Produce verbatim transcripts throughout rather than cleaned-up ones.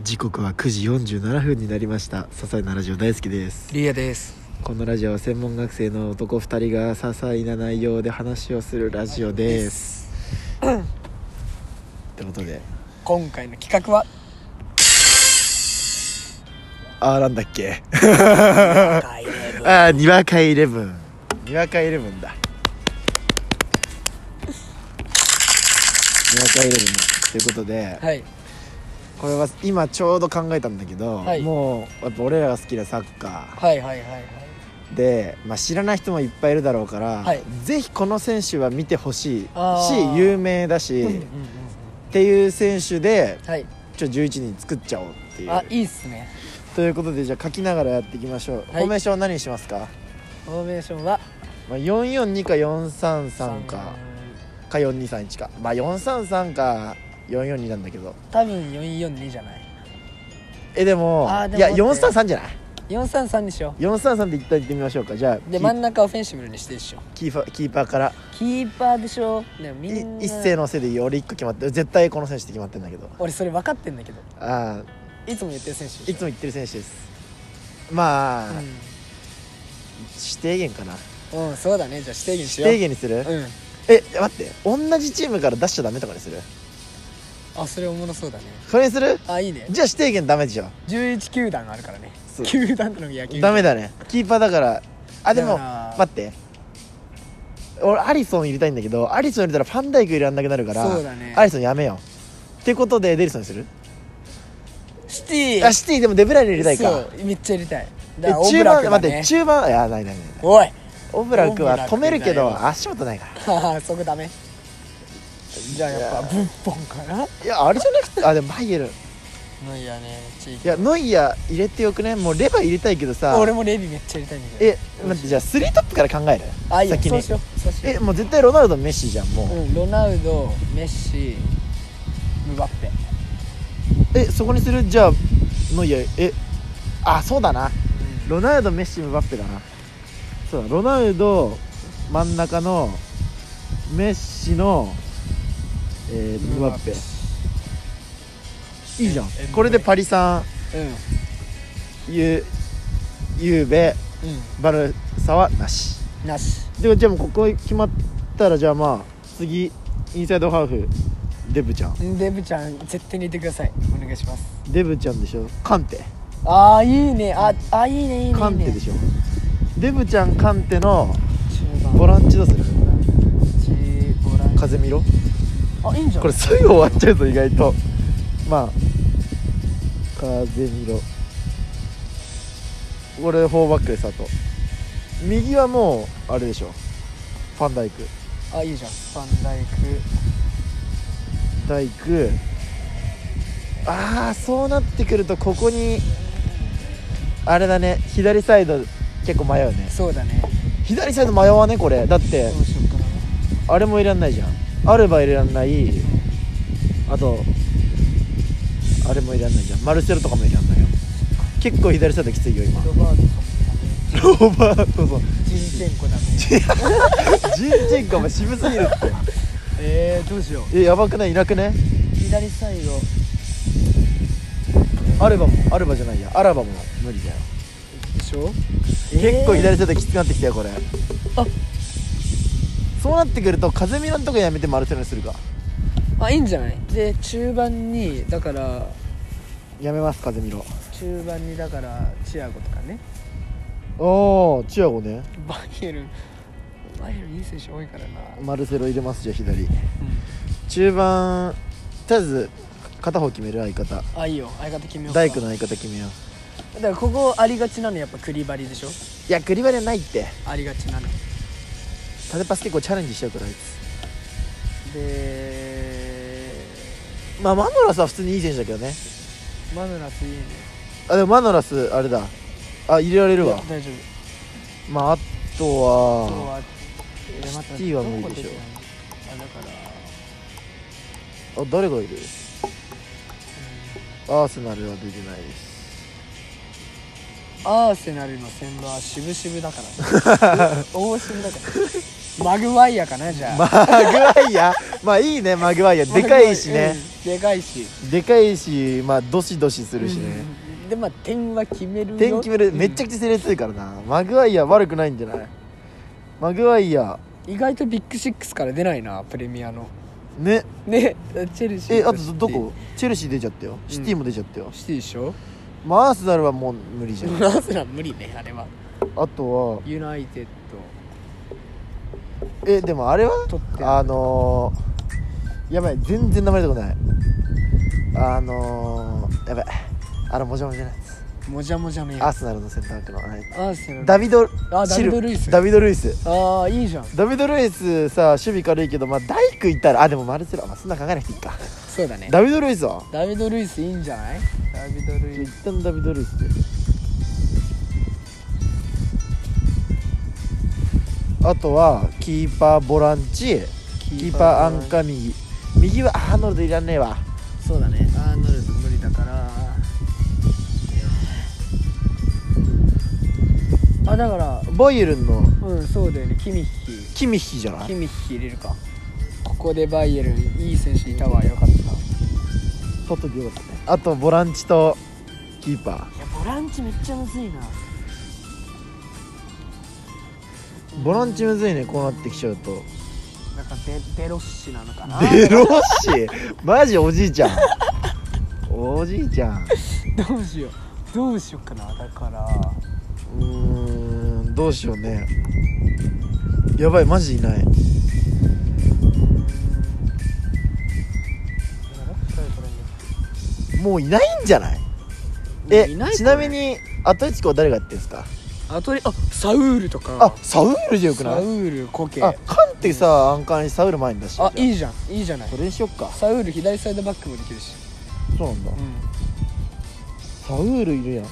時刻はくじよんじゅうななふんになりました。些細なラジオ大好きです。 リーヤです。 このラジオは専門学生の男ふたりが些細な内容で話をするラジオです。ってことで今回の企画はあーなんだっけ赤いレブンあーにわかイレブンにわかイレブンだにわかイレブンということで、 はい、 これは今ちょうど考えたんだけど、 はい、 もうやっぱ俺らが好きなサッカー、 はいはいはいはいで、まあ、知らない人もいっぱいいるだろうから、 はい、ぜひこの選手は見てほしいし有名だし、 うんうんうん、 っていう選手で、はい、ちょじゅういちにん作っちゃおうっていう。 あ、いいっすね。 ということでじゃあ書きながらやっていきましょう、はい、フォーメーション何にしますか？ フォーメーションは、 まあ、よんよんにかよんさんさんかかよんにさんいちか、まあよんさんさんかよんよんになんだけど、 多分よんよんにじゃない？ えでもあでもいやよんさんさんじゃない？ よんさんさんにしよう。よんさんさんで一旦行ってみましょうか。じゃあで真ん中オフェンシブルにしてでしょ。 キーパー、キーパーからキーパーでしょ。でもみんな一斉のせいでいいよ。俺いっこ決まってる、絶対この選手って決まってるんだけど。 俺それ分かってんだけど。 ああ、いつも言ってる選手でしょ。 いつも言ってる選手です。まあ、うん、指定源かな。 うんそうだね。じゃあ指定源にしよう。 指定源にする、 うん、 え待って、同じチームから出しちゃダメとかにする？あ、 それおもろそうだね。 これにする？ あ、いいね。 じゃあ指定源ダメでしょ。じゅうじゅういち球団あるからね。球団ってのが野球ダメだね。キーパーだから。あでも待って、俺アリソン入れたいんだけど、アリソン入れたらファンダイク入れらんなくなるから、 そうだね、 アリソンやめようってことでデリソンにする？ シティあ、シティでもデブライネ入れたいか。 そうめっちゃ入れたい。 だから中盤、ね、待って中盤、いやないないないない。 おいオブラクは止めるけど足元ないからそこダメ。じゃあやっぱブッポンかな。いやあれじゃなくて、あでもバイエルンノイヤーね。 いやノイヤー入れてよくね。もうレバー入れたいけどさ。 俺もレビめっちゃ入れたいんだけど。 え待ってじゃあスリートップから考える？ あいいよ、 先にそうしようそうしよう。 えもう絶対ロナウドメッシじゃんもう、 うん、ロナウドメッシムバッペ。えそこにする？じゃあノイヤーえあそうだな、うん、ロナウドメッシムバッペだな。そうだロナウド真ん中のメッシの、えー、ムバッペいいじゃん。これでパリさん、うん、ゆゆうべ、うん、バルサはなしなしで、じゃあもうここ決まったら、じゃあまあ次インサイドハーフデブちゃんデブちゃん絶対にいてください。お願いします。 デブちゃんでしょ。カンテ。 ああいいね。ああいいねいいね。 カンテでしょ。デブちゃんカンテのボランチどうする？風見ろ。 あいいんじゃん。 これすぐ終わっちゃうぞ意外と。まあ風見ろ。これフォーバックで佐藤。右はもうあれでしょ。ファンダイク。 あいいじゃん。ファンダイクダイク。ああそうなってくるとここにあれだね。左サイド結構迷うね。 そうだね。 左サイド迷わねこれ。だってどうしようかな。 あれも入れらんないじゃん。アルバ入れらんない、うん、あとあれも入れらんないじゃん。マルセロとかも入れらんないよ。結構左サイドきついよ今。 ロバートソンロバートソンジンチェンコだねジンチェンコも渋すぎるってえーどうしよう。 えやばくない？いなくね？ 左サイドアルバもアルバじゃないやアラバも無理だよでしょ。 結構左サイドきつくなってきたよこれ。 あそうなってくると風見のとこやめてマルセロにするか。 あいいんじゃない。で中盤にだからやめます風見ろ。 中盤にだからチアゴとかね。 ああチアゴね。 バイエルンバイエルンいい選手多いからな。 マルセロ入れます。じゃあ左、うん、 中盤とりあえず片方決める。相方あいいよ。相方決めようか。 大工の相方決めよう。だからここありがちなのやっぱクリバリでしょ。 いやクリバリはないって。 ありがちなの縦パス結構チャレンジしちゃうからあいつで。 まあマノラスは普通にいい選手だけどね。 マノラスいいね。あでもマノラスあれだ。あ入れられるわ。 大丈夫。まああとはあとはシティは無理でしょ。 あだからあ誰がいる？うん、アーセナルは出てないです。 アーセナルの先導は渋々だから大渋だからマグワイアかな。じゃあマグワイアまあいいねマグワイアでかいしね、 うん、でかいしでかいしまあドシドシするしね、 うん、でまあ点は決めるよ。 点決める、 うん、 めっちゃくちゃ攻め強いからな。マグワイア悪くないんじゃない？マグワイア意外とビッグシックスから出ないなプレミアのね。 ねチェルシーえあとどこ？チェルシー出ちゃったよ、シティも出ちゃったよ、 シティでしょ。 まあアーセナルはもう無理じゃんアーセナル無理ねあれは。 あとはユナイテッえでもあれはド取ってあのー、やばい全然名前出てこない。あのー、やばいあのもじゃもじゃなやつ、 もじゃもじゃのやアーセナルのセンターバックのあれアーセナルダビドあダビド・ルイスダビド・ルイスああいいじゃん。 ダビド・ルイスさ守備軽いけどまあ大工いたらあでもマルセロ、まあ、そんな考えなくていいか。 そうだねダビド・ルイスはダビド・ルイスいいんじゃない。ダビド・ルイ一ス旦ダビド・ルイスであとはキーパーボランチキーパーアンカー右右はアーノルドいらんねえわ。 そうだねアーノルド無理だからあだからボイエルンのうんそうだよねキミッヒキミッヒじゃない？ キミッヒ入れるか。ここでバイエルンいい選手いたわよかった。 取っといてよかったね。あとボランチとキーパーいやボランチめっちゃむずいな。 ボランチむずいねこうなってきちゃうと。 なんかデデロッシなのかな。 デロッシマジおじいちゃんおじいちゃんどうしようどうしようかな。だからうーんどうしようね。やばいマジいない。もういないんじゃない？えいないちなみにアトレティコは誰がやってんすか？ あとあサウールとかあサウールじゃよくない？ サウールコケあカンってさアンカーにサウール前に出してあいいいじゃんいいじゃない。 それにしよっか。 サウール左サイドバックもできるし。 そうなんだ、 うサウールいるやん。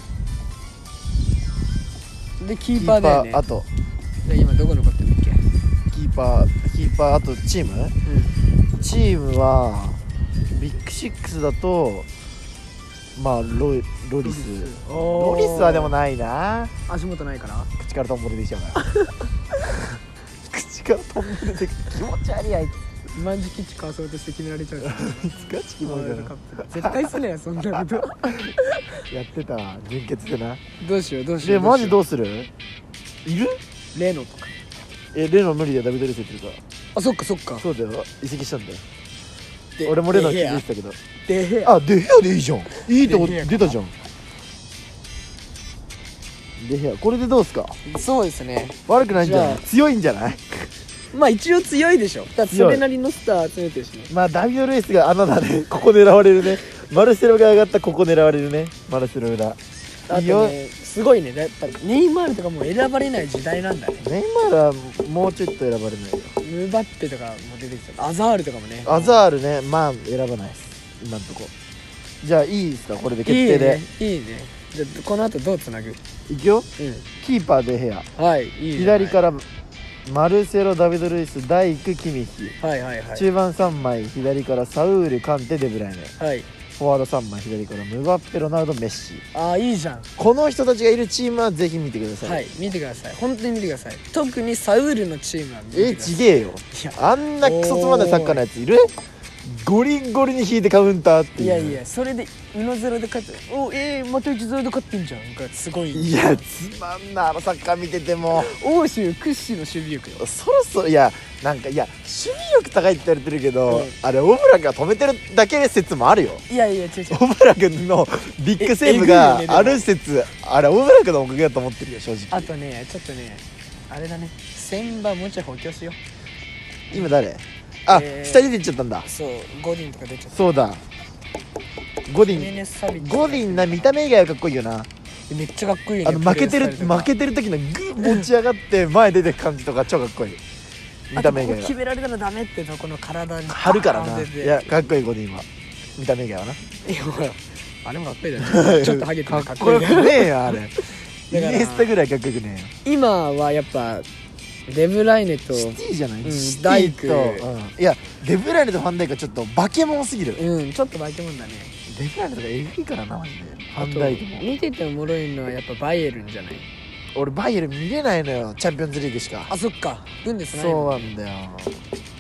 んでキーパーだよね。 あとで今どこ残ってるんだっけ。 キーパーキーパーあとチームうチームはビッグシックスだとまあロイロリスロリスはでもないな。 足元ないかな。 口からトンボレできちゃうから口からトンボレで気持ち悪いあいつ。 マジ基地かわそうとして決められちゃうからいつかチキモイだな。 絶対すねよそんなことやってたわ純潔でな。 どうしようどうしようでマジどううする？いる？ レノとか。 えレノ無理だよダビド・ルイスやってるから。 あそっかそっか。 そうだよ移籍したんだよ。 で俺もレノ気デヘアづいてたけど。 デヘアあデヘアでいいじゃん。いいとこデヘアか出たじゃん。デヘアこれでどうすか？ そうですね。 悪くないんじゃない？ じゃ強いんじゃない？ まあ一応強いでしょ。だってそれなりのスター集めてるしね。 まあダビド・ルイスが穴だね。ここ狙われるね。マルセロが上がったここ狙われるね。マルセロ裏あといいよ。 ねすごいね。やっぱネイマールとかもう選ばれない時代なんだね。 ネイマールはもうちょっと選ばれないよ。 ムバッペとかも出てきた。アザールとかもね。 アザールねまあ選ばないです今んとこ。じゃあいいですかこれで決定で。 いいねいいね。じゃあこの後どうつなぐ？ いくよ。 うキーパーデヘアんはいいい。 左かららマルセロダビド・ルイス大工キミッヒ、 はいはいはい中盤さんまい左からサウールカンテデブライネ、 はい。 フォワードさんまい左からムバッペロナウドメッシ。 ああいいじゃん。 この人たちがいるチームはぜひ見てください。 はい見てください。本当に見てください。特にサウールのチームは見てくえださい。 ちげえよ。 いやあんなクソつまんないサッカーのやついる？ゴリンゴリに引いてカウンターっていう。 いやいやそれでうのゼロで勝っておえー、またいちゼロで勝ってんじゃんがすごい。 いやつまんなあのサッカー見てても欧州屈指の守備力よ。 そろそろいやなんかいや守備力高いって言われてるけど、 うんあれオブラが止めてるだけ説もあるよ。 いやいや違う違う。 オブラ君のビッグセーブえがえぐいよねでもある説あれオブラ君のおかげだと思ってるよ正直。 あとねちょっとねあれだね千葉もうちょい補強しよ今誰？あ、 えー下に出てっちゃったんだ。 う。そうゴディンとか出ちゃった。 そうだゴデメィンネスサビッチゴディンな見た目以外はかっこいいよな。 めっちゃかっこいいよね。 あの負けてるプレースタイルとか負けてる時のグー持ち上がって前出てく感じとか超かっこいい。見た目以あとここ決外はめられたらダメってとこの体に張るからな。 バーン出ていやかっこいいゴディンは見た目以外はな。 いやほらあれもかっこいいだろ。ちょっとハゲてかるっこよくねえよあれ。イだからニエスタぐらいかっこよくねえよ。 今はやっぱデブライネとシティじゃない、 うんシテダイクィと、うん、いやデブライネとファンダイクはちょっと化け物すぎる、 うんちょっと化け物だね。 デブライネとかえぐいからなマジで。フあとァンダイクも見てておもろいのはやっぱバイエルンじゃない。 俺バイエルン見れないのよチャンピオンズリーグしか。 あそっかブンデスないそうの。 なんだよ。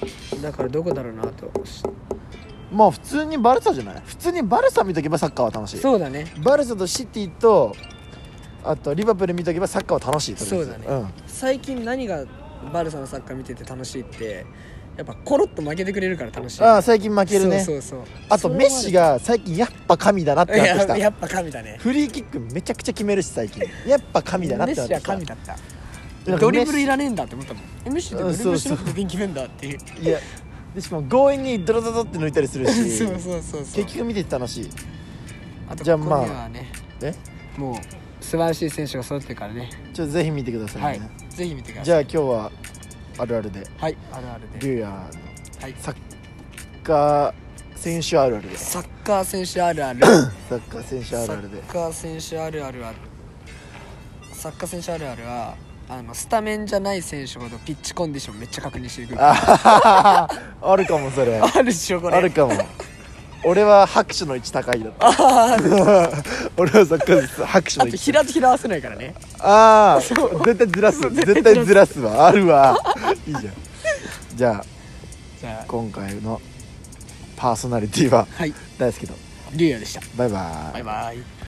だからどこだろうなと。 まあ普通にバルサじゃない？普通にバルサ見とけばサッカーは楽しい。 そうだね。 バルサとシティとあとリバプール見とけばサッカーは楽しい。 そうだね、 うん、 最近何がバルサのサッカー見てて楽しいってやっぱコロッと負けてくれるから楽しい。 ああ最近負けるね。 そうそうそう。 あとメッシが最近やっぱ神だなってなってきた。 や, やっぱ神だね。 フリーキックめちゃくちゃ決めるし最近やっぱ神だなってなってきた。 メッシは神だった。 なんかドリブルいらねえんだって思ったもん。メッシってドリブルしなくて点決めんだっていう。 いやでしかも強引にドロドロって抜いたりするしそうそうそうそう。 結局見てて楽しい。 あとじゃあまあここにはね、 えもう素晴らしい選手が揃ってるからね。 ちょっとぜひ見てくださいね、 はい、ぜひ見てください。 じゃあ今日はあるあるではいあるあるでリュウヤのはいサッカー選手あるあるでサッカー選手あるあるサッカー選手あるあるでサッカー選手あるあるはサッカー選手あるあるはあのスタメンじゃない選手ほどピッチコンディションめっちゃ確認してくる。 ああるかもそれあるでしょこれ。 あるかも。俺は拍手の位置高いだったあ俺はサッカーです拍手のあと位置平と平合わせないからね。 ああ絶対ずらすそう絶対ずらすわあるわいいじゃん。じゃあじゃあ今回のパーソナリティははい大好きとリュウヤでした。 バイバイバイバイ。